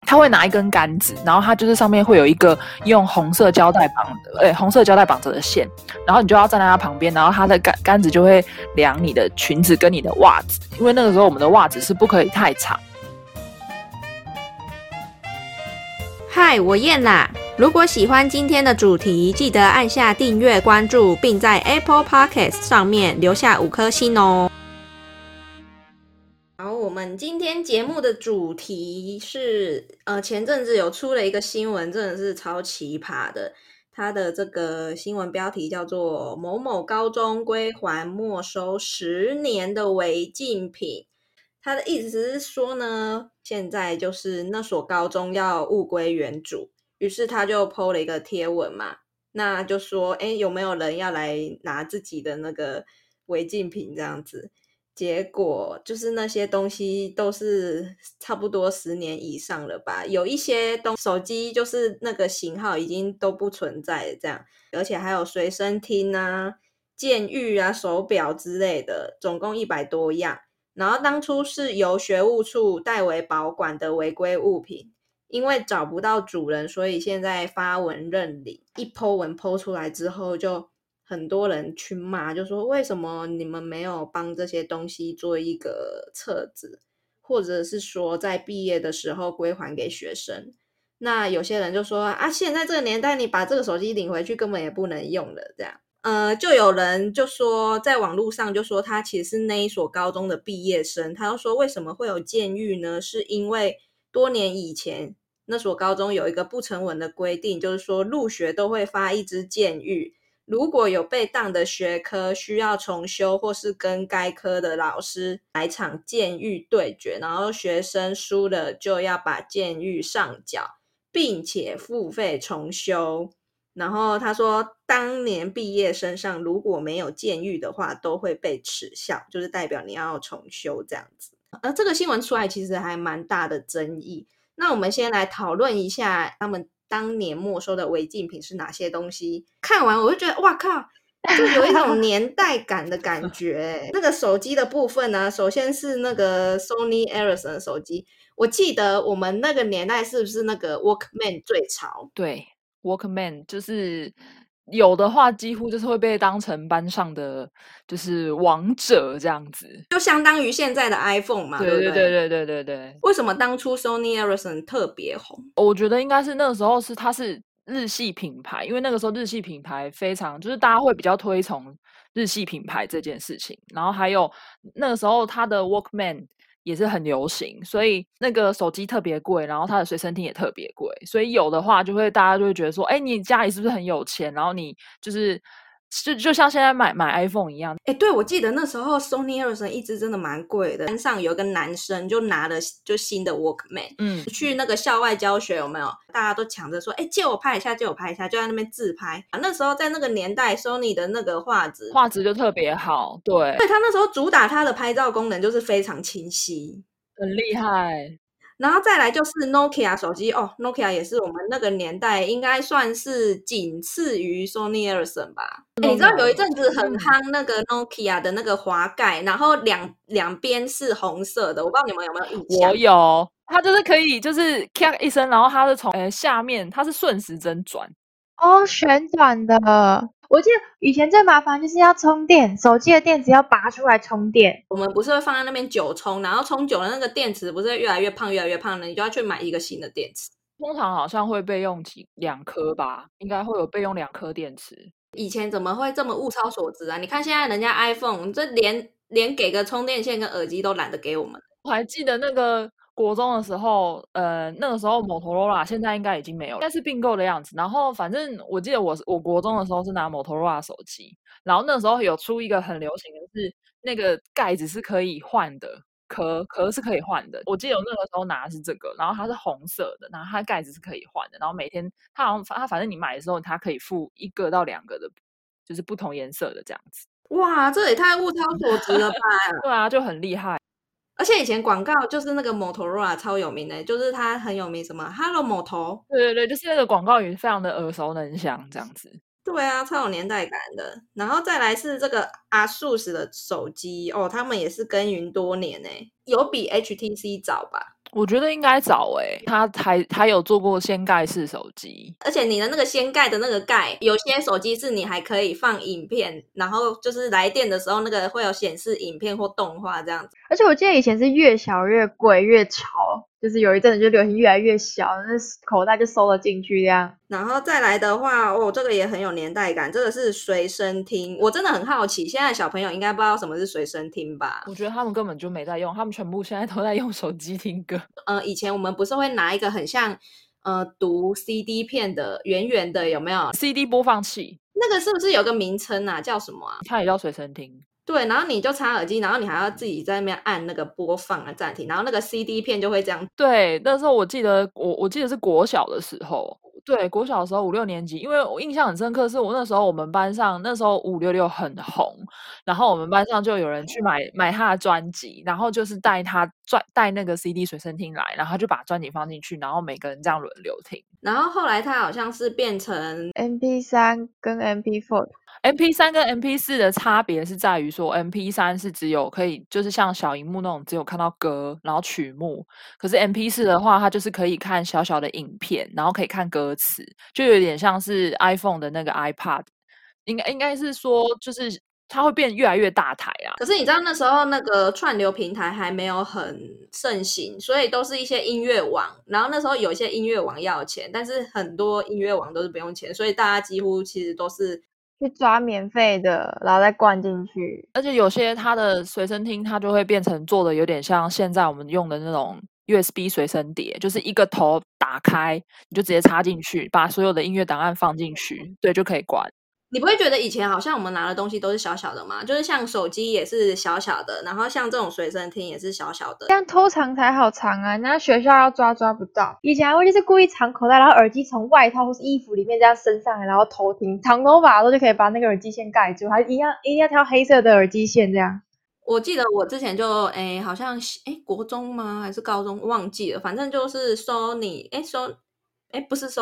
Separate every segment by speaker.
Speaker 1: 他会拿一根杆子，然后它就是上面会有一个用红色胶带绑着的线，然后你就要站在它旁边，然后它的杆子就会量你的裙子跟你的袜子，因为那个时候我们的袜子是不可以太长。
Speaker 2: 嗨，我燕啦！如果喜欢今天的主题，记得按下订阅关注，并在 Apple Podcast 上面留下5颗星哦。好，我们今天节目的主题是前阵子有出了一个新闻，真的是超奇葩的。它的这个新闻标题叫做某某高中归还没收10年的违禁品。他的意思是说呢，现在就是那所高中要物归原主，于是他就 po 了一个贴文嘛，那就说有没有人要来拿自己的那个违禁品这样子。结果就是那些东西都是差不多10年以上了吧，有一些手机就是那个型号已经都不存在了这样，而且还有随身听啊、监狱啊、手表之类的，总共100多样。然后当初是由学务处代为保管的违规物品，因为找不到主人，所以现在发文认领。一 po 文 po 出来之后，就很多人去骂，就说为什么你们没有帮这些东西做一个册子，或者是说在毕业的时候归还给学生。那有些人就说啊，现在这个年代你把这个手机领回去根本也不能用了这样。就有人就说在网络上就说他其实是那一所高中的毕业生，他就说为什么会有监狱呢？是因为多年以前那所高中有一个不成文的规定，就是说入学都会发一支监狱，如果有被当的学科需要重修，或是跟该科的老师来场监狱对决，然后学生输了就要把监狱上缴，并且付费重修。然后他说当年毕业生上如果没有监狱的话都会被耻笑，就是代表你要重修这样子。这个新闻出来其实还蛮大的争议。那我们先来讨论一下他们当年没收的违禁品是哪些东西。看完我就觉得哇靠，就有一种年代感的感觉。那个手机的部分呢，首先是那个 Sony Ericsson 的手机，我记得我们那个年代是不是那个 Walkman 最潮？
Speaker 1: 对，Walkman 就是有的话几乎就是会被当成班上的就是王者这样子，
Speaker 2: 就相当于现在的 iPhone 嘛，对不
Speaker 1: 对。
Speaker 2: 为什么当初 Sony Ericsson 特别红？
Speaker 1: 我觉得应该是那个时候它是日系品牌，因为那个时候日系品牌非常就是大家会比较推崇日系品牌这件事情，然后还有那个时候它的 Walkman 也是很流行，所以那个手机特别贵，然后它的随身听也特别贵，所以有的话大家就会觉得说，你家里是不是很有钱，然后你就像现在买 iPhone 一样。
Speaker 2: 对，我记得那时候 Sony Ericsson 一支真的蛮贵的，班上有一个男生就拿了就新的 Walkman，去那个校外教学有没有？大家都抢着说，借我拍一下，借我拍一下，就在那边自拍。那时候在那个年代 ，Sony 的那个画质
Speaker 1: 就特别好，对，
Speaker 2: 他那时候主打它的拍照功能就是非常清晰，
Speaker 1: 很厉害。
Speaker 2: 然后再来就是 Nokia 手机，Nokia 也是我们那个年代应该算是仅次于 Sony Ericsson 吧。你知道有一阵子很夯那个 Nokia 的那个滑盖，然后两边是红色的，我不知道你们有没有印象？
Speaker 1: 我有，它就是可以就是咔一声，然后它是从下面它是顺时针转。
Speaker 3: 旋转的。我记得以前最麻烦就是要充电，手机的电池要拔出来充电。
Speaker 2: 我们不是会放在那边久充，然后充久了那个电池不是会越来越胖越来越胖的，你就要去买一个新的电池。
Speaker 1: 通常好像会备用2颗吧，应该会有备用2颗电池。
Speaker 2: 以前怎么会这么物超所值啊？你看现在人家 iPhone 这连给个充电线跟耳机都懒得给我们。
Speaker 1: 我还记得那个国中的时候，那个时候 Motorola 现在应该已经没有了，应该是并购的样子。然后反正我记得我国中的时候是拿 Motorola 手机，然后那时候有出一个很流行的是那个盖子是可以换的，壳是可以换的。我记得我那个时候拿的是这个，然后它是红色的，然后它盖子是可以换的，然后每天它反正你买的时候它可以附1个到2个的，就是不同颜色的这样子。
Speaker 2: 哇，这也太物超所值了吧！
Speaker 1: 对啊，就很厉害。
Speaker 2: 而且以前广告就是那个 Motorola 超有名的，就是它很有名，什么 Hello Moto，
Speaker 1: 对，就是那个广告语非常的耳熟能详，这样子。
Speaker 2: 对啊，超有年代感的。然后再来是这个 ASUS 的手机他们也是耕耘多年有比 HTC 早吧？
Speaker 1: 我觉得应该找他有做过掀盖式手机，
Speaker 2: 而且你的那个掀盖的那个盖，有些手机是你还可以放影片，然后就是来电的时候那个会有显示影片或动画这样子。
Speaker 3: 而且我记得以前是越小越贵越潮，就是有一阵子就流行越来越小，那口袋就收了进去这样。
Speaker 2: 然后再来的话，这个也很有年代感，这个是随身听。我真的很好奇，现在小朋友应该不知道什么是随身听吧？
Speaker 1: 我觉得他们根本就没在用，他们全部现在都在用手机听歌。
Speaker 2: 以前我们不是会拿一个很像读 CD 片的圆圆的，有没有
Speaker 1: CD 播放器？
Speaker 2: 那个是不是有个名称啊？叫什么啊？
Speaker 1: 它也叫随身听。
Speaker 2: 对，然后你就插耳机，然后你还要自己在那边按那个播放啊暂停，然后那个 CD 片就会这样。
Speaker 1: 对，那时候我记得我记得是国小的时候，对，国小的时候5、6年级，因为我印象很深刻，是那时候我们班上那时候566很红，然后我们班上就有人去买他的专辑，然后就是带那个 CD 随身听来，然后他就把专辑放进去，然后每个人这样轮流听。
Speaker 2: 然后后来它好像是变成
Speaker 3: MP3 跟 MP4。
Speaker 1: MP3 跟 MP4 的差别是在于说 MP3 是只有可以就是像小荧幕那种只有看到歌然后曲目，可是 MP4 的话它就是可以看小小的影片，然后可以看歌词，就有点像是 iPhone 的那个 iPad， 应该是说就是它会变越来越大台啊。
Speaker 2: 可是你知道那时候那个串流平台还没有很盛行，所以都是一些音乐网，然后那时候有一些音乐网要钱，但是很多音乐网都是不用钱，所以大家几乎其实都是
Speaker 3: 去抓免费的，然后再灌进去。
Speaker 1: 而且有些它的随身听它就会变成做的有点像现在我们用的那种 USB 随身碟，就是一个头打开你就直接插进去，把所有的音乐档案放进去，对，就可以关。
Speaker 2: 你不会觉得以前好像我们拿的东西都是小小的吗？就是像手机也是小小的，然后像这种随身听也是小小的
Speaker 3: 这。样偷藏才好藏啊！那学校要抓不到。以前还会就是故意藏口袋，然后耳机从外套或是衣服里面这样伸上来，然后偷听。长头发的时候就可以把那个耳机线盖住，还一定要挑黑色的耳机线这样。
Speaker 2: 我记得我之前就好像国中吗还是高中忘记了，反正就是 Sony 不是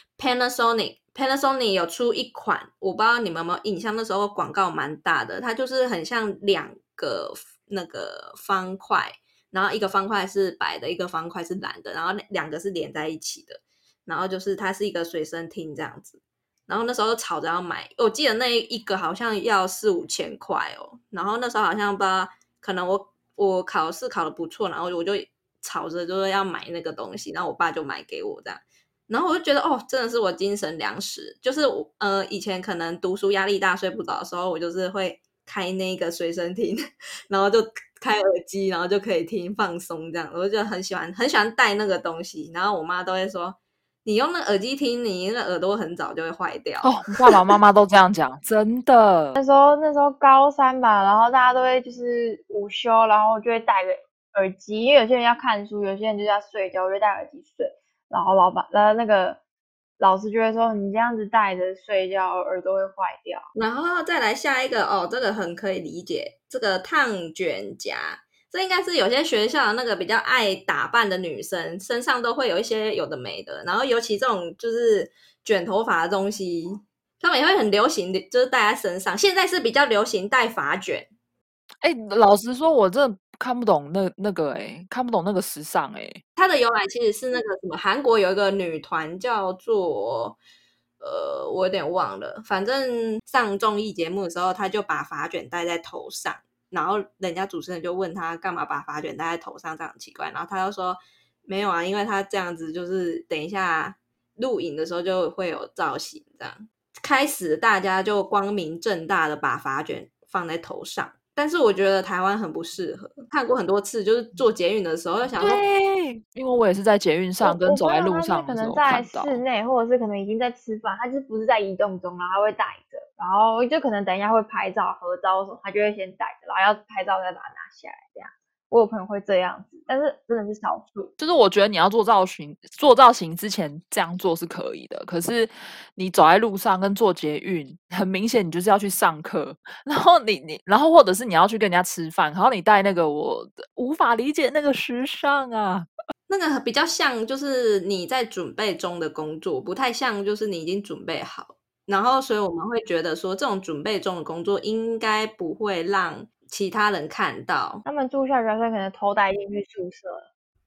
Speaker 2: Sony，Panasonic 有出一款，我不知道你们有没有印象，那时候广告蛮大的，它就是很像两个那个方块，然后一个方块是白的，一个方块是蓝的，然后两个是连在一起的，然后就是它是一个随身听这样子。然后那时候吵着要买，我记得那一个好像要4、5千块哦。然后那时候好像不知道，可能我考试考得不错，然后我就吵着就是要买那个东西，然后我爸就买给我这样。然后我就觉得真的是我精神粮食。就是以前可能读书压力大睡不着的时候，我就是会开那个随身听，然后就开耳机，然后就可以听放松这样。我就很喜欢带那个东西，然后我妈都会说，你用那个耳机听，你那个耳朵很早就会坏掉。
Speaker 1: 爸爸妈妈都这样讲，真的。
Speaker 3: 那时候高三吧，然后大家都会就是午休，然后就会戴个耳机，因为有些人要看书，有些人就是要睡觉，我就戴耳机睡。然后那个老师就会说，你这样子戴着睡觉，耳朵会坏掉。
Speaker 2: 然后再来下一个这个很可以理解，这个烫卷夹，这应该是有些学校的那个比较爱打扮的女生身上都会有一些有的没的，然后尤其这种就是卷头发的东西，他们也会很流行的，就是戴在身上。现在是比较流行戴发卷。
Speaker 1: 老实说，我真的看不懂看不懂那个时尚
Speaker 2: 它的由来其实是那个什么，韩国有一个女团叫做我有点忘了，反正上综艺节目的时候，他就把发卷戴在头上，然后人家主持人就问他干嘛把发卷戴在头上，这样很奇怪，然后他就说没有啊，因为他这样子就是等一下录影的时候就会有造型这样。开始大家就光明正大的把发卷放在头上，但是我觉得台湾很不适合，看过很多次，就是坐捷运的时候就想说，
Speaker 1: 对，因为我也是在捷运上跟走在路上
Speaker 3: 可
Speaker 1: 的时
Speaker 3: 能在
Speaker 1: 候看到。
Speaker 3: 室内，或者是可能已经在吃饭，他就是不是在移动中，然后他会带着，然后就可能等一下会拍照合照的时候，他就会先带着，然后要拍照再把它拿下来这样。我有朋友会这样子，但是真的是少数。
Speaker 1: 就是我觉得你要做造型之前这样做是可以的，可是你走在路上跟坐捷运，很明显你就是要去上课，然后然后或者是你要去跟人家吃饭，然后你带那个，我无法理解那个时尚啊。
Speaker 2: 那个比较像就是你在准备中的工作，不太像就是你已经准备好。然后所以我们会觉得说，这种准备中的工作应该不会让其他人看到。
Speaker 3: 他们住校学生可能偷带进去宿舍了。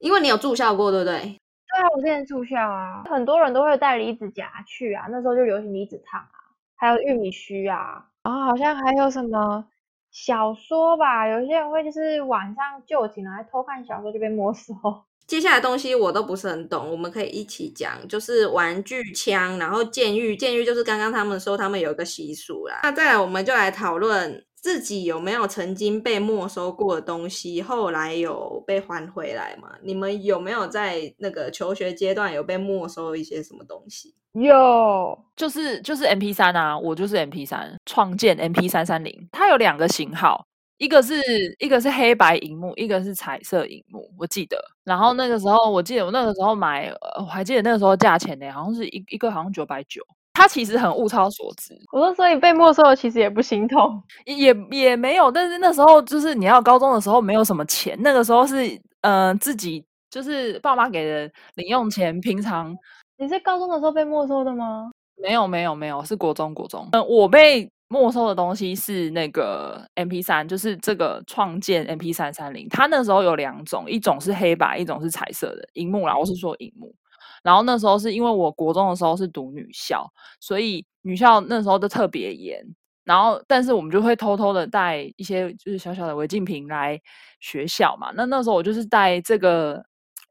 Speaker 2: 因为你有住校过，对不对？
Speaker 3: 对啊，我之前住校啊，很多人都会带离子夹去啊，那时候就流行离子烫啊，还有玉米须啊，然后好像还有什么小说吧，有些人会就是晚上就寝来偷看小说就被没收。
Speaker 2: 接下来的东西我都不是很懂，我们可以一起讲，就是玩具枪，然后监狱就是刚刚他们说他们有一个习俗啦。那再来我们就来讨论自己有没有曾经被没收过的东西，后来有被还回来吗？你们有没有在那个求学阶段有被没收一些什么东西？
Speaker 3: 有，
Speaker 1: 就是 MP3 啊，我就是 MP3 创建 MP330，它有2个型号。一个是黑白荧幕，一个是彩色荧幕，我记得。然后那个时候，我记得我那个时候买，我还记得那个时候价钱呢，好像是一个好像990。它其实很物超所值。
Speaker 3: 我说所以被没收的其实也不心痛，
Speaker 1: 也没有，但是那时候就是你要高中的时候没有什么钱，那个时候是自己就是爸妈给的零用钱，平常
Speaker 3: 你是高中的时候被没收的吗？
Speaker 1: 没有，是国中。我被没收的东西是那个 MP3，就是这个创建 MP330，它那时候有2种，一种是黑白，一种是彩色的荧幕啦，我是说荧幕。然后那时候是因为我国中的时候是读女校，所以女校那时候就特别严。然后，但是我们就会偷偷的带一些就是小小的违禁品来学校嘛。那时候我就是带这个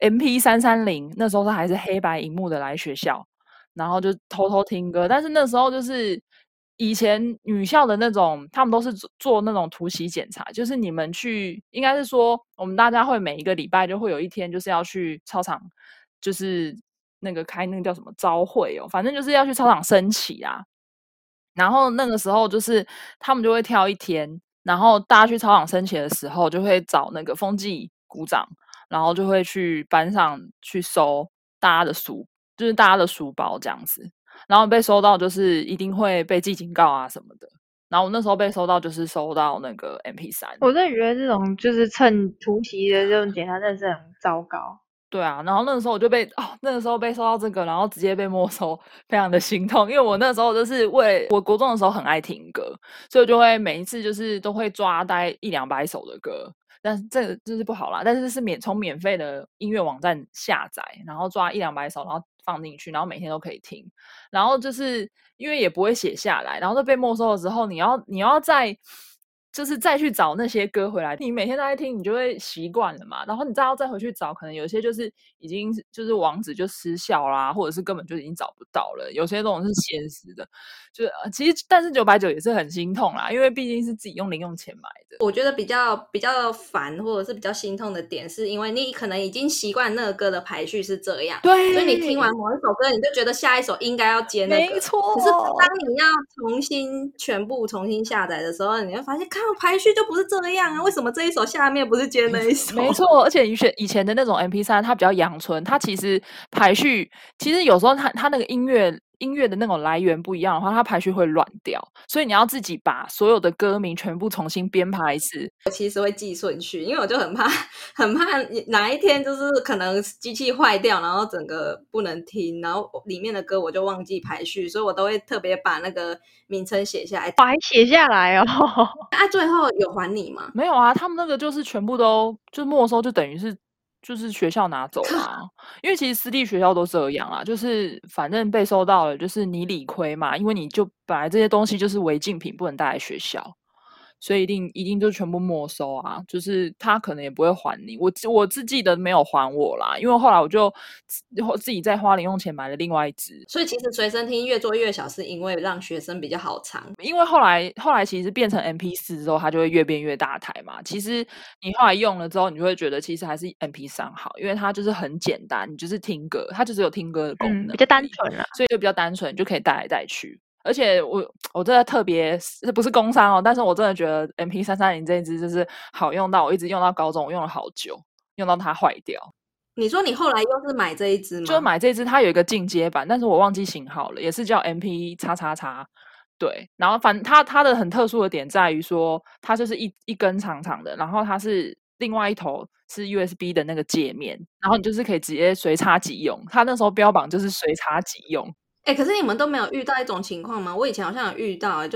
Speaker 1: MP330，那时候还是黑白荧幕的来学校。然后就偷偷听歌，但是那时候就是以前女校的那种，他们都是做那种突袭检查，就是你们去，应该是说我们大家会每一个礼拜就会有一天就是要去操场，就是那个开那个叫什么朝会哦，反正就是要去操场升旗啊。然后那个时候就是他们就会挑一天，然后大家去操场升旗的时候，就会找那个风纪股长，然后就会去班上去收大家的就是大家的书包这样子。然后被收到就是一定会被记警告啊什么的。然后我那时候被收到就是收到那个 MP3。
Speaker 3: 我真的觉得这种就是趁突袭的这种检查真的是很糟糕。
Speaker 1: 对啊，然后那个时候我就那个时候被收到这个，然后直接被没收，非常的心痛。因为我那时候就是我国中的时候很爱听歌，所以我就会每一次就是都会抓大概100-200首的歌。但是这个就是不好啦，但是是从免费的音乐网站下载，然后抓100-200首，然后放进去，然后每天都可以听。然后就是因为也不会写下来，然后就被没收的时候，你要再去找那些歌回来，你每天都在听，你就会习惯了嘛。然后你再回去找，可能有些就是已经就是网址就失效啦，或者是根本就已经找不到了。有些这种是现实的，就是其实但是990也是很心痛啦，因为毕竟是自己用零用钱买的。
Speaker 2: 我觉得比较烦或者是比较心痛的点，是因为你可能已经习惯那个歌的排序是这样，
Speaker 1: 对，
Speaker 2: 所以你听完某一首歌，你就觉得下一首应该要接那个。
Speaker 1: 没错。
Speaker 2: 可是当你要全部重新下载的时候，你会发现，看排序就不是这样啊，为什么这一首下面不是接那一首？
Speaker 1: 没错，而且以前的那种 MP3，它比较阳春，它其实排序，其实有时候它那个音乐的那种来源不一样的话，它排序会乱掉，所以你要自己把所有的歌名全部重新编排一次。
Speaker 2: 我其实会记顺序，因为我就很怕哪一天就是可能机器坏掉，然后整个不能听，然后里面的歌我就忘记排序，所以我都会特别把那个名称写下来。
Speaker 3: 还写下来哦。
Speaker 2: 啊，最后有还你吗？
Speaker 1: 没有啊，他们那个就是全部都就没收，就等于是就是学校拿走啦。因为其实私立学校都这样啊，就是反正被收到了，就是你理亏嘛，因为你就本来这些东西就是违禁品，不能带来学校。所以一定就全部没收啊，就是他可能也不会还你。我自己的没有还我啦，因为后来我就自己再花零用钱买了另外一只。
Speaker 2: 所以其实随身听越做越小，是因为让学生比较好藏。
Speaker 1: 因为后来其实变成 MP4 之后，它就会越变越大台嘛。其实你后来用了之后，你就会觉得其实还是 MP3 好，因为它就是很简单，你就是听歌，它就只有听歌的功能，
Speaker 3: 比较单纯啦，
Speaker 1: 所以就比较单纯，就可以带来带去。而且我真的特别，不是工商哦，但是我真的觉得 MP330这一支就是好用到，我一直用到高中，我用了好久，用到它坏掉。
Speaker 2: 你说你后来又是买这一支吗？
Speaker 1: 就是买这支，它有一个进阶版，但是我忘记型号了，也是叫 MP 叉叉叉。对，然后反正它的很特殊的点在于说，它就是一根长长的，然后它是另外一头是 USB 的那个界面，然后你就是可以直接随插即用。它那时候标榜就是随插即用。
Speaker 2: 可是你们都没有遇到一种情况吗？我以前好像有遇到，就是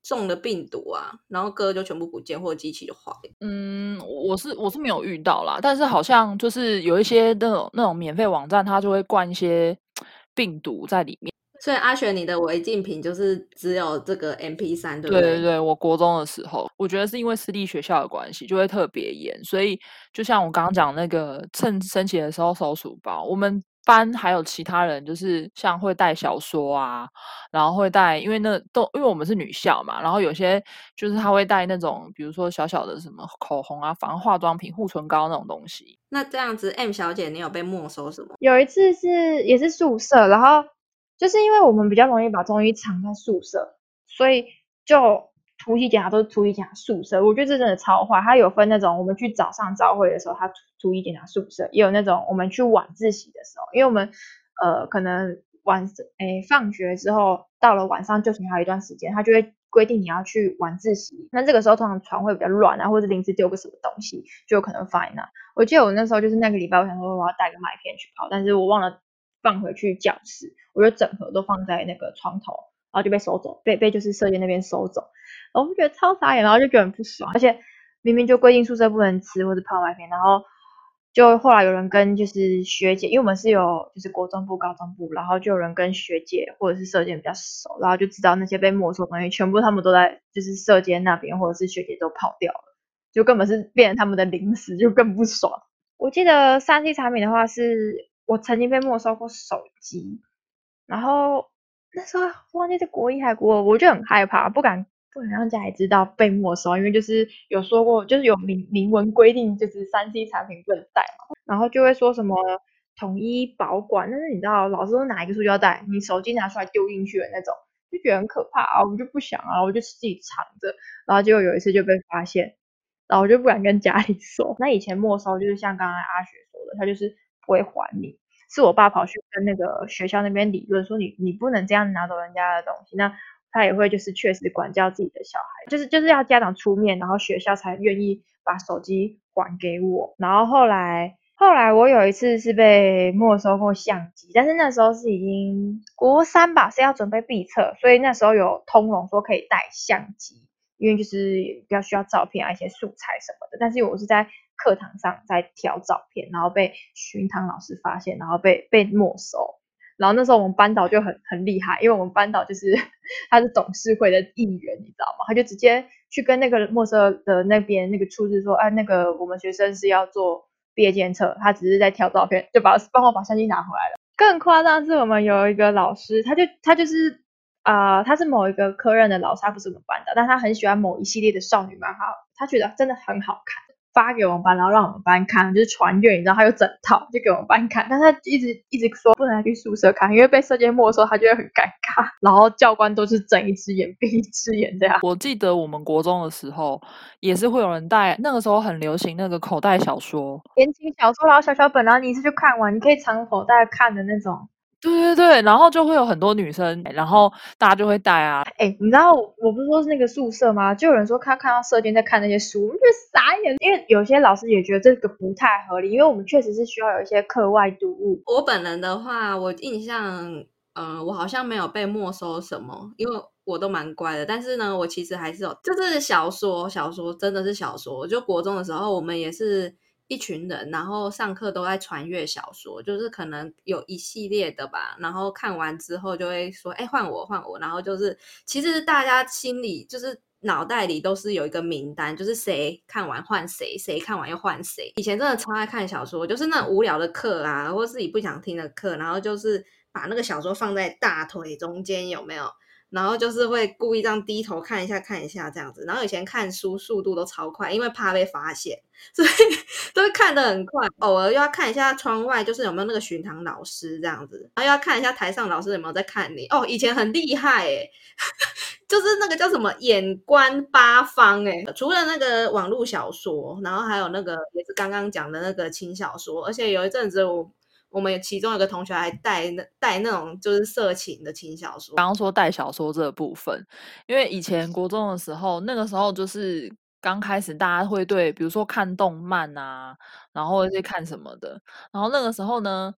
Speaker 2: 中了病毒啊，然后歌就全部不见，或者机器就坏了。
Speaker 1: 我是没有遇到啦，但是好像就是有一些那种免费网站，它就会灌一些病毒在里面。
Speaker 2: 所以阿雪，你的违禁品就是只有这个 MP3，对不对？
Speaker 1: 对对对，我国中的时候，我觉得是因为私立学校的关系，就会特别严，所以就像我刚刚讲那个，趁升旗的时候收书包，我们班还有其他人，就是像会带小说啊，然后会带，因为我们是女校嘛，然后有些就是他会带那种，比如说小小的什么口红啊、防化妆品、护唇膏那种东西。
Speaker 2: 那这样子，M 小姐，你有被没收什么？
Speaker 3: 有一次也是宿舍，然后就是因为我们比较容易把东西藏在宿舍，所以就突击检查都是突击检查宿舍。我觉得这真的超坏。它有分那种我们去早上早会的时候，它突击检查宿舍，也有那种我们去晚自习的时候，因为我们可能放学之后到了晚上就寝还有一段时间，他就会规定你要去晚自习。那这个时候通常床会比较乱啊，或者临时丢个什么东西，就有可能放在那。我记得我那时候就是那个礼拜，我想说我要带个麦片去泡，但是我忘了放回去教室，我就整盒都放在那个床头，然后就被收走，被就是舍监那边收走，然后我就觉得超傻眼，然后就觉得很不爽，而且明明就规定宿舍不能吃或者泡麦片，然后就后来有人跟就是学姐，因为我们是有就是国中部、高中部，然后就有人跟学姐或者是舍监比较熟，然后就知道那些被没收的东西全部他们都在就是舍监那边或者是学姐都跑掉了。就根本是变成他们的零食，就更不爽。我记得3C 产品的话，是我曾经被没收过手机，然后那时候忘记是国一还国二，我就很害怕，不敢让家里知道被没收，因为就是有说过，就是有明文规定，就是3C 产品不能带嘛，然后就会说什么统一保管，但是你知道老师都拿一个塑胶袋，你手机拿出来丢进去的那种，就觉得很可怕啊，我就不想啊，我就自己藏着，然后结果有一次就被发现。然后我就不敢跟家里说。那以前没收就是像刚刚阿雪说的，他就是不会还你，是我爸跑去跟那个学校那边理论说你不能这样拿走人家的东西，那他也会就是确实管教自己的小孩，就是要家长出面，然后学校才愿意把手机还给我。然后后来我有一次是被没收过相机，但是那时候是已经国3吧，是要准备毕测，所以那时候有通融说可以带相机。因为就是比较需要照片啊一些素材什么的，但是因为我是在课堂上在挑照片，然后被巡堂老师发现，然后被没收。然后那时候我们班导就很厉害，因为我们班导就是他是董事会的议员，你知道吗？他就直接去跟那个没收的那边那个处置说，那个我们学生是要做毕业监测，他只是在挑照片，就帮我把相机拿回来了。更夸张是我们有一个老师，他就是他是某一个科任的老师，他不是我们班的，但他很喜欢某一系列的少女漫画，他觉得真的很好看，发给我们班，然后让我们班看，就是传阅，你知道，他有整套就给我们班看，但他一直说不能去宿舍看，因为被舍监没收，他就会很尴尬，然后教官都是睁一只眼闭一只眼这样。
Speaker 1: 我记得我们国中的时候，也是会有人带，那个时候很流行那个口袋小说，
Speaker 3: 言情小说，然后小本，然后你一次就看完，你可以藏口袋看的那种。
Speaker 1: 对对对，然后就会有很多女生，然后大家就会带啊。
Speaker 3: 你知道我不是说是那个宿舍吗？就有人说看到舍监在看那些书，我就傻眼，因为有些老师也觉得这个不太合理，因为我们确实是需要有一些课外读物。
Speaker 2: 我本人的话，我印象，我好像没有被没收什么，因为我都蛮乖的。但是呢，我其实还是有，就是小说真的是小说。就国中的时候，我们也是一群人，然后上课都在传阅小说，就是可能有一系列的吧。然后看完之后就会说，换我，换我。然后就是其实大家心里就是脑袋里都是有一个名单，就是谁看完换谁，谁看完又换谁。以前真的超爱看小说，就是那无聊的课啊，或自己不想听的课，然后就是把那个小说放在大腿中间，有没有？然后就是会故意这样低头看一下这样子。然后以前看书速度都超快，因为怕被发现，所以都会看得很快。偶尔又要看一下窗外，就是有没有那个巡堂老师这样子，然后又要看一下台上老师有没有在看你。以前很厉害就是那个叫什么眼观八方除了那个网络小说，然后还有那个也是刚刚讲的那个轻小说，而且有一阵子我们其中有个同学还带那种就是色情的轻小说。
Speaker 1: 刚刚说带小说这个部分，因为以前国中的时候，那个时候就是刚开始大家会对，比如说看动漫啊，然后或者是看什么的，然后那个时候呢，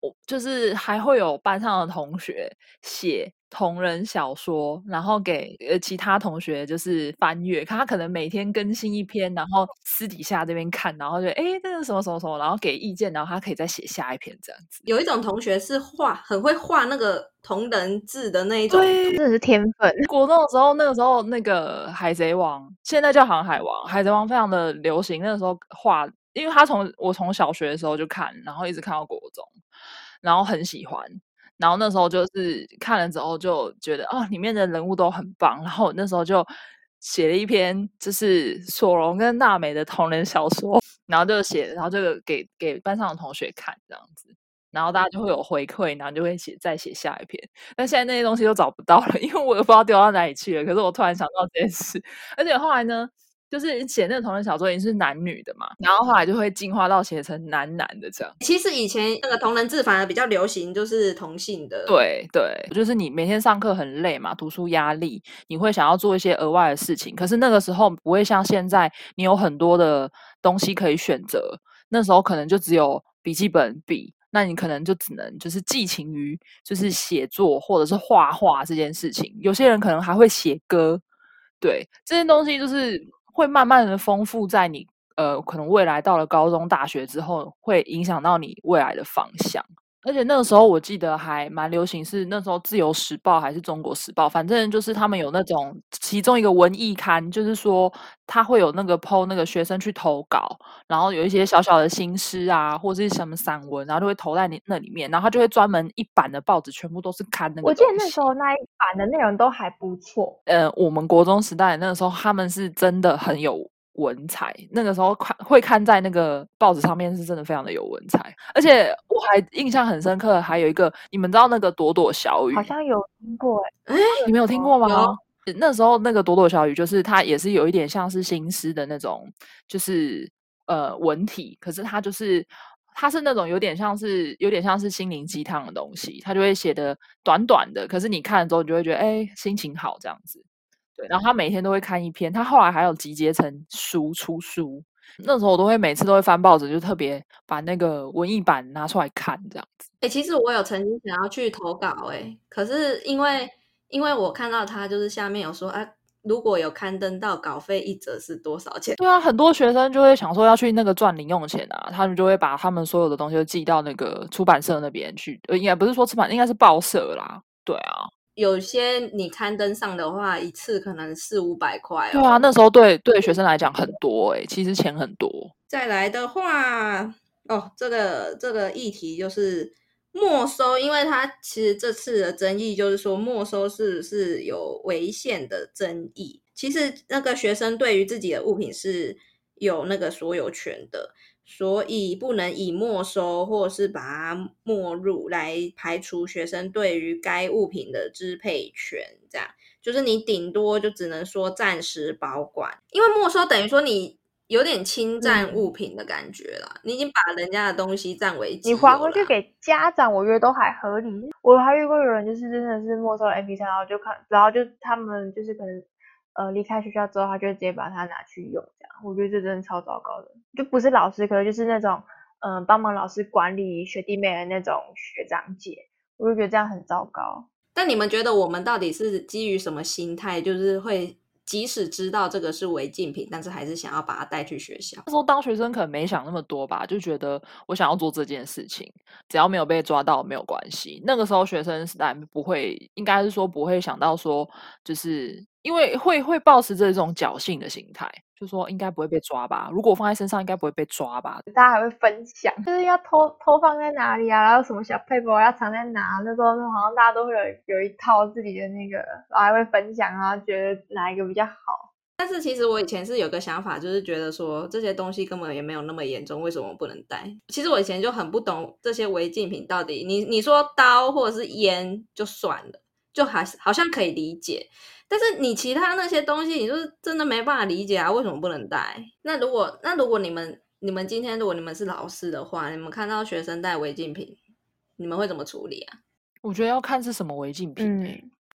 Speaker 1: 就是还会有班上的同学写同人小说，然后给其他同学就是翻阅，他可能每天更新一篇，然后私底下这边看，然后就这是什么什么什么，然后给意见，然后他可以再写下一篇这样子。
Speaker 2: 有一种同学是很会画那个同人字的那一种，
Speaker 1: 对，
Speaker 3: 真的是天分。
Speaker 1: 国中的时候，那个时候那个海贼王，现在叫航海王，海贼王非常的流行。那个时候画，因为我从小学的时候就看，然后一直看到国中，然后很喜欢。然后那时候就是看了之后就觉得里面的人物都很棒。然后我那时候就写了一篇就是索隆跟娜美的同人小说，然后然后就给班上的同学看这样子。然后大家就会有回馈，然后就会再写下一篇。但现在那些东西都找不到了，因为我也不知道丢到哪里去了。可是我突然想到这件事，而且后来呢，就是写那个同人小说已经是男女的嘛，然后后来就会进化到写成男的这样。
Speaker 2: 其实以前那个同人志反而比较流行，就是同性的。
Speaker 1: 对对，就是你每天上课很累嘛，读书压力，你会想要做一些额外的事情。可是那个时候不会像现在，你有很多的东西可以选择。那时候可能就只有笔记本、笔，那你可能就只能就是寄情于就是写作或者是画画这件事情。有些人可能还会写歌，对，这些东西就是会慢慢的丰富在你可能未来到了高中、大学之后，会影响到你未来的方向。而且那个时候我记得还蛮流行，是那时候《自由时报》还是《中国时报》，反正就是他们有那种其中一个文艺刊，就是说他会有那个 PO 那个学生去投稿，然后有一些小小的新诗啊，或者是什么散文，然后就会投在那里面，然后他就会专门一版的报纸全部都是刊那个东西。
Speaker 3: 我记得那时候那一版的内容都还不错。
Speaker 1: 我们国中时代那个时候，他们是真的很有文采。那个时候会看在那个报纸上面，是真的非常的有文采。而且我还印象很深刻，还有一个，你们知道那个朵朵小雨？
Speaker 3: 好像有听过
Speaker 1: 你们有听过吗？
Speaker 2: 有。
Speaker 1: 那时候那个朵朵小雨，就是它也是有一点像是新诗的那种，就是文体，可是它是那种有点像是心灵鸡汤的东西，它就会写的短短的，可是你看了之后，你就会觉得心情好这样子。对，然后他每天都会看一篇，他后来还有集结成出书。那时候我每次都会翻报纸，就特别把那个文艺版拿出来看这样子。
Speaker 2: 其实我有曾经想要去投稿，可是因为我看到他就是下面有说如果有刊登到稿费一折是多少钱？
Speaker 1: 对啊，很多学生就会想说要去那个赚零用钱啊，他们就会把他们所有的东西都寄到那个出版社那边去，应该不是说出版，应该是报社啦。对啊，
Speaker 2: 有些你刊登上的话，一次可能400-500块哦。
Speaker 1: 对啊，那时候对学生来讲很多其实钱很多。
Speaker 2: 再来的话，这个议题就是没收，因为它其实这次的争议就是说没收是不是有违宪的争议。其实那个学生对于自己的物品是有那个所有权的，所以不能以没收或是把它没入来排除学生对于该物品的支配权。这样就是你顶多就只能说暂时保管，因为没收等于说你有点侵占物品的感觉啦，你已经把人家的东西占为己有
Speaker 3: 你还回去给家长，我觉得都还合理。我还遇过有人就是真的是没收了 MP3，然后就他们就是可能离开学校之后，他就直接把它拿去用，这样我觉得这真的超糟糕的。就不是老师，可能就是那种帮忙老师管理学弟妹的那种学长姐，我就觉得这样很糟糕。
Speaker 2: 但你们觉得我们到底是基于什么心态，就是会即使知道这个是违禁品，但是还是想要把它带去学校？
Speaker 1: 那时候当学生可能没想那么多吧，就觉得我想要做这件事情，只要没有被抓到没有关系。那个时候学生时代不会，应该是说不会想到说，就是因为会抱持这种侥幸的心态，就说应该不会被抓吧，如果放在身上应该不会被抓吧。
Speaker 3: 大家还会分享，就是要偷放在哪里啊，然后什么小paper要藏在哪，那时候好像大家都会有一套自己的那个，然后还会分享啊，觉得哪一个比较好。
Speaker 2: 但是其实我以前是有个想法，就是觉得说这些东西根本也没有那么严重，为什么不能带？其实我以前就很不懂这些违禁品到底，你说刀或者是烟就算了，就还是好像可以理解，但是你其他那些东西，你就是真的没办法理解啊，为什么不能带？那如果你们今天如果你们是老师的话，你们看到学生带违禁品，你们会怎么处理啊？
Speaker 1: 我觉得要看是什么违禁品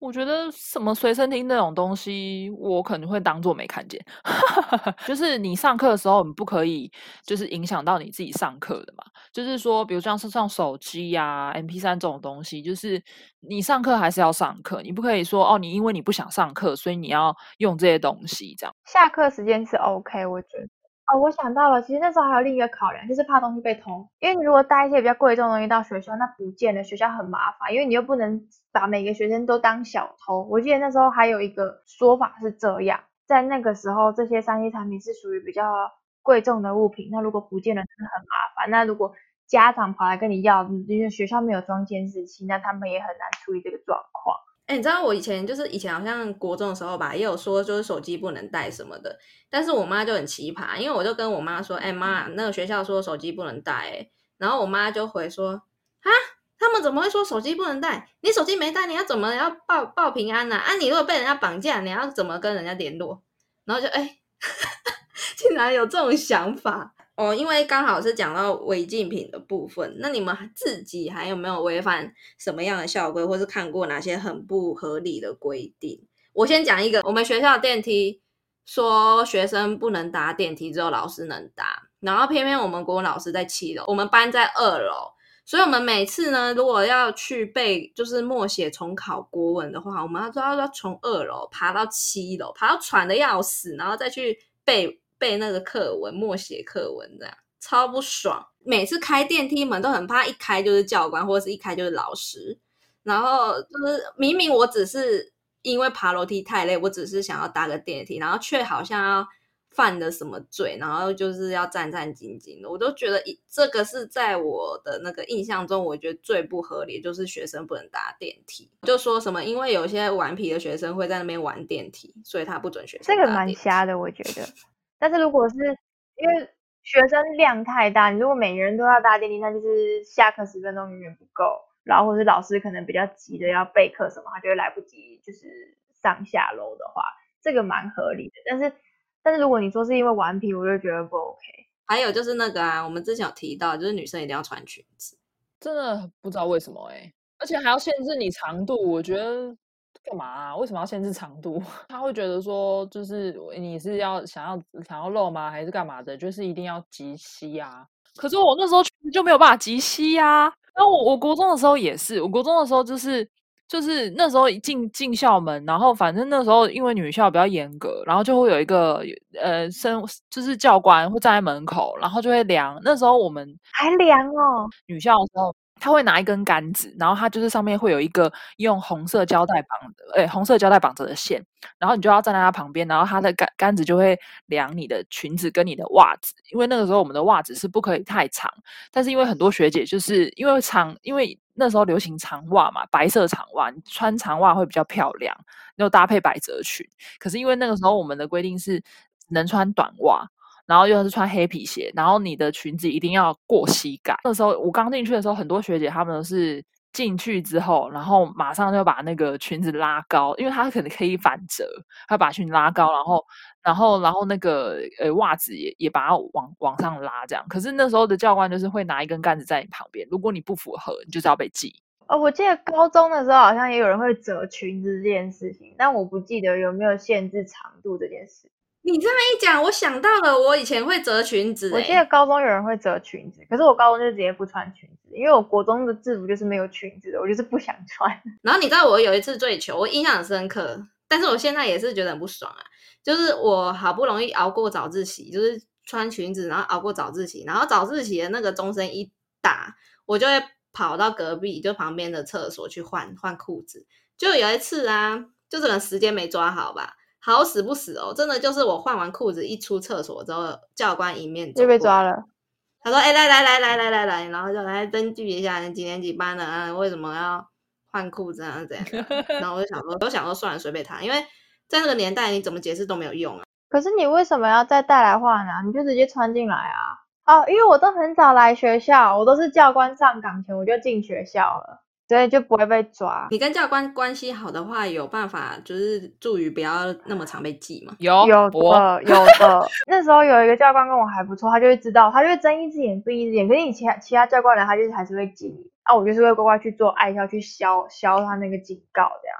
Speaker 1: 我觉得什么随身听那种东西，我可能会当做没看见。就是你上课的时候，你不可以就是影响到你自己上课的嘛。就是说，比如像是上手机呀、MP3这种东西，就是你上课还是要上课，你不可以说哦，你因为你不想上课，所以你要用这些东西这样。
Speaker 3: 下课时间是 OK，我觉得。哦，我想到了，其实那时候还有另一个考量，就是怕东西被偷。因为你如果带一些比较贵重的东西到学校，那不见了，学校很麻烦，因为你又不能把每个学生都当小偷。我记得那时候还有一个说法是这样，在那个时候，这些3C 产品是属于比较贵重的物品，那如果不见了，真的很麻烦。那如果家长跑来跟你要，因为学校没有装监视器，那他们也很难处理这个状况。
Speaker 2: 你知道我以前好像国中的时候吧，也有说就是手机不能带什么的，但是我妈就很奇葩，因为我就跟我妈说，妈，那个学校说手机不能带，然后我妈就回说，啊，他们怎么会说手机不能带？你手机没带，你要怎么要报平安啊？你如果被人家绑架，你要怎么跟人家联络？然后就竟然有这种想法。因为刚好是讲到违禁品的部分，那你们自己还有没有违反什么样的校规，或是看过哪些很不合理的规定？我先讲一个，我们学校电梯说学生不能搭电梯，只有老师能搭，然后偏偏我们国文老师在7楼，我们班在2楼，所以我们每次呢，如果要去背就是默写重考国文的话，我们要从2楼爬到7楼，爬到喘的要死，然后再去背那个课文，默写课文，这样超不爽。每次开电梯门都很怕一开就是教官，或者是一开就是老师，然后就是明明我只是因为爬楼梯太累，我只是想要搭个电梯，然后却好像要犯了什么罪，然后就是要战战兢兢的。我都觉得这个是在我的那个印象中，我觉得最不合理，就是学生不能搭电梯。就说什么因为有些顽皮的学生会在那边玩电梯，所以他不准学生搭
Speaker 3: 这个
Speaker 2: 电梯。
Speaker 3: 蛮瞎的，我觉得。但是如果是因为学生量太大，你如果每个人都要搭电梯，那就是下课10分钟永远不够。然后或是老师可能比较急的要备课什么，他就会来不及就是上下楼的话，这个蛮合理的。但是如果你说是因为顽皮，我就觉得不 OK。
Speaker 2: 还有就是那个我们之前有提到，就是女生一定要穿裙子，
Speaker 1: 真的不知道为什么而且还要限制你长度，我觉得干嘛啊？为什么要限制长度？他会觉得说，就是你是想要露吗？还是干嘛的？就是一定要及膝啊。可是我那时候就没有办法及膝啊。然后我国中的时候也是，我国中的时候就是那时候进校门，然后反正那时候因为女校比较严格，然后就会有一个就是教官会站在门口，然后就会量。那时候我们
Speaker 3: 还量哦，
Speaker 1: 女校的时候，他会拿一根杆子，然后它就是上面会有一个用红色胶带绑着的线，然后你就要站在它旁边，然后它的杆子就会量你的裙子跟你的袜子，因为那个时候我们的袜子是不可以太长，但是因为很多学姐就是因为那时候流行长袜嘛，白色长袜，你穿长袜会比较漂亮，又搭配百褶裙。可是因为那个时候我们的规定是只能穿短袜，然后又是穿黑皮鞋，然后你的裙子一定要过膝盖。那时候我刚进去的时候，很多学姐她们都是进去之后，然后马上就把那个裙子拉高，因为她可能可以反折，她把裙子拉高，然后那个袜子也把它往上拉这样。可是那时候的教官就是会拿一根杆子在你旁边，如果你不符合，你就是要被记。
Speaker 3: 我记得高中的时候好像也有人会折裙子这件事情，但我不记得有没有限制长度这件事。
Speaker 2: 你这么一讲，我想到了，我以前会折裙子。
Speaker 3: 我记得高中有人会折裙子，可是我高中就直接不穿裙子，因为我国中的制服就是没有裙子的，我就是不想穿。
Speaker 2: 然后你知道我有一次追求，我印象很深刻，但是我现在也是觉得很不爽啊。就是我好不容易熬过早自习，就是穿裙子，然后熬过早自习，然后早自习的那个钟声一打，我就会跑到隔壁就旁边的厕所去换裤子。就有一次啊，就这个时间没抓好吧。好死不死哦，真的就是我换完裤子一出厕所之后，教官迎面走
Speaker 3: 就被抓了。
Speaker 2: 他说：“来，然后就来登记一下你几年几班的啊？为什么要换裤子啊？怎样？”然后我就想说算了，随便他，因为在那个年代你怎么解释都没有用啊。
Speaker 3: 可是你为什么要再带来换啊？你就直接穿进来啊！因为我都很早来学校，我都是教官上岗前我就进学校了。所以就不会被抓。
Speaker 2: 你跟教官关系好的话，有办法就是助于不要那么常被记吗？
Speaker 3: 有的。那时候有一个教官跟我还不错，他就会知道，他就会睁一只眼闭一只眼。可是你其他教官人，他就是还是会记你。我就是会乖乖去做爱校，去消他那个警告这样。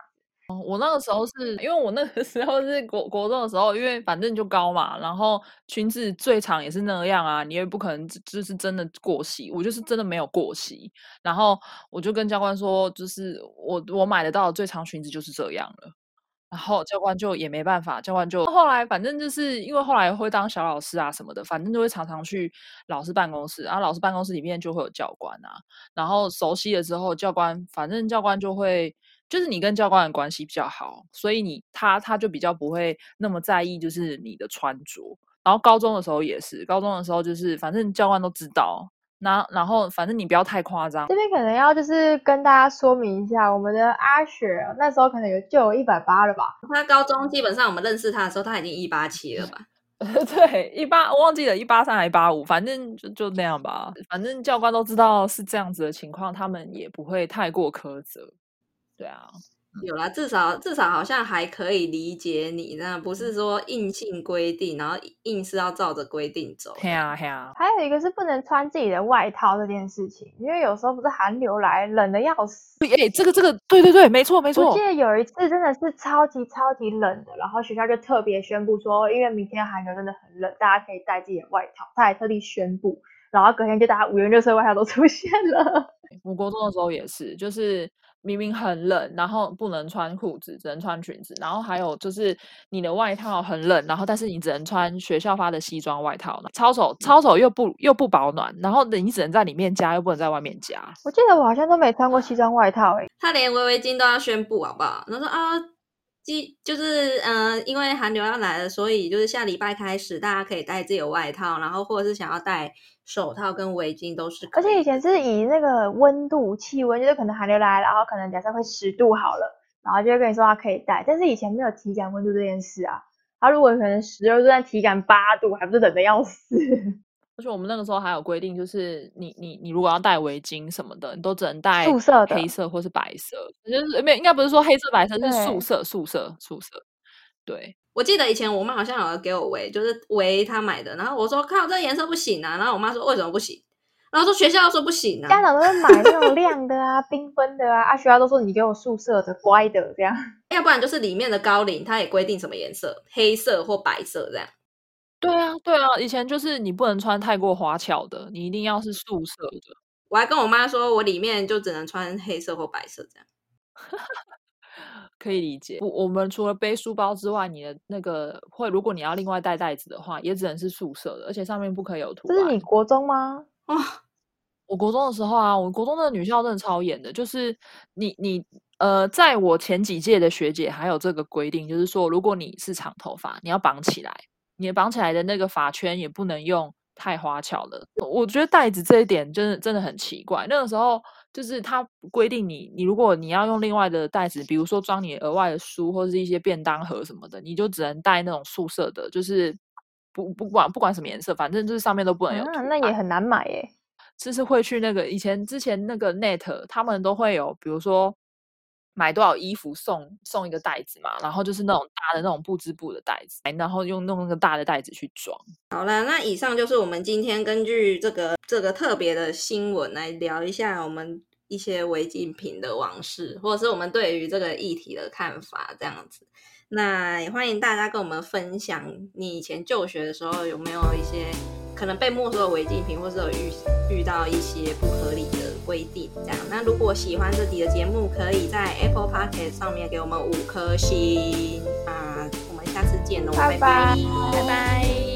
Speaker 1: 我那个时候是因为我那个时候是国中的时候，因为反正就高嘛，然后裙子最长也是那样啊，你也不可能就是真的过膝，我就是真的没有过膝，然后我就跟教官说，就是我买得到的最长裙子就是这样了。然后教官就也没办法，教官就后来反正就是因为后来会当小老师啊什么的，反正就会常常去老师办公室啊，老师办公室里面就会有教官啊，然后熟悉了之后，反正教官就会就是你跟教官的关系比较好，所以他就比较不会那么在意就是你的穿着。然后高中的时候也是，高中的时候就是反正教官都知道，然后反正你不要太夸张。
Speaker 3: 这边可能要就是跟大家说明一下，我们的阿雪那时候可能就有180了吧。
Speaker 2: 他高中基本上我们认识他的时候，他已经187了吧？
Speaker 1: 对，18我忘记了183还185，反正就那样吧。反正教官都知道是这样子的情况，他们也不会太过苛责。对啊。
Speaker 2: 有啦，至少好像还可以理解你，那不是说硬性规定，然后硬是要照着规定走。
Speaker 1: 嘿啊嘿啊。
Speaker 3: 还有一个是不能穿自己的外套这件事情，因为有时候不是寒流来，冷的要死。
Speaker 1: 这个，对对对，没错没错。
Speaker 3: 我记得有一次真的是超级超级冷的，然后学校就特别宣布说，因为明天寒流真的很冷，大家可以带自己的外套。他还特地宣布，然后隔天就大家5颜6色外套都出现了。
Speaker 1: 我国中的时候也是，就是明明很冷，然后不能穿裤子，只能穿裙子，然后还有就是你的外套很冷，然后但是你只能穿学校发的西装外套，超丑又不保暖，然后你只能在里面加，又不能在外面加。
Speaker 3: 我记得我好像都没穿过西装外套
Speaker 2: 他连围巾都要宣布好不好？然后说啊，就是因为寒流要来了，所以就是下礼拜开始，大家可以带自己的外套，然后或者是想要带手套跟围巾都是可以的。
Speaker 3: 而且以前是以那个温度气温，就是可能寒流来，然后可能假设会10度好了，然后就会跟你说他可以带，但是以前没有体感温度这件事啊。他如果可能12度，但体感8度，还不是冷的要死。
Speaker 1: 而且我们那个时候还有规定，就是你如果要戴围巾什么的，你都只能戴
Speaker 3: 素色的
Speaker 1: 黑色或是白色，就是没有，应该不是说黑色白色，是素色。对，
Speaker 2: 我记得以前我妈好像有给我围，就是围她买的，然后我说靠，这个颜色不行啊，然后我妈说为什么不行？然后说学校说不行啊，
Speaker 3: 家长都会买那种亮的啊、缤纷的啊，学校都说你给我素色的、乖的这样。
Speaker 2: 要不然就是里面的高领，它也规定什么颜色，黑色或白色这样。
Speaker 1: 对啊，以前就是你不能穿太过花俏的，你一定要是素色的。
Speaker 2: 我还跟我妈说，我里面就只能穿黑色或白色这样。
Speaker 1: 可以理解。我们除了背书包之外，你的那个如果你要另外带袋子的话，也只能是素色的，而且上面不可以有图案。
Speaker 3: 这是你国中吗？
Speaker 1: 我国中的时候啊，我国中的女校真的超严的，就是在我前几届的学姐还有这个规定，就是说如果你是长头发，你要绑起来，你绑起来的那个发圈也不能用太花俏的。我觉得袋子这一点真的很奇怪。那个时候就是他规定你如果你要用另外的袋子，比如说装你额外的书或是一些便当盒什么的，你就只能带那种素色的，就是不管什么颜色，反正就是上面都不能有图案。
Speaker 3: 那也很难买耶。
Speaker 1: 就是会去那个之前那个 Net 他们都会有，比如说买多少衣服送一个袋子嘛，然后就是那种大的那种布织布的袋子，然后用那个大的袋子去装。
Speaker 2: 好了，那以上就是我们今天根据这个特别的新闻来聊一下我们一些违禁品的往事，或者是我们对于这个议题的看法这样子。那也欢迎大家跟我们分享你以前就学的时候有没有一些可能被没收的违禁品，或是有遇到一些不合理的规定这样。那如果喜欢这集的节目，可以在 Apple Podcast 上面给我们5颗星。那我们下次见喽，拜拜。
Speaker 1: 拜拜。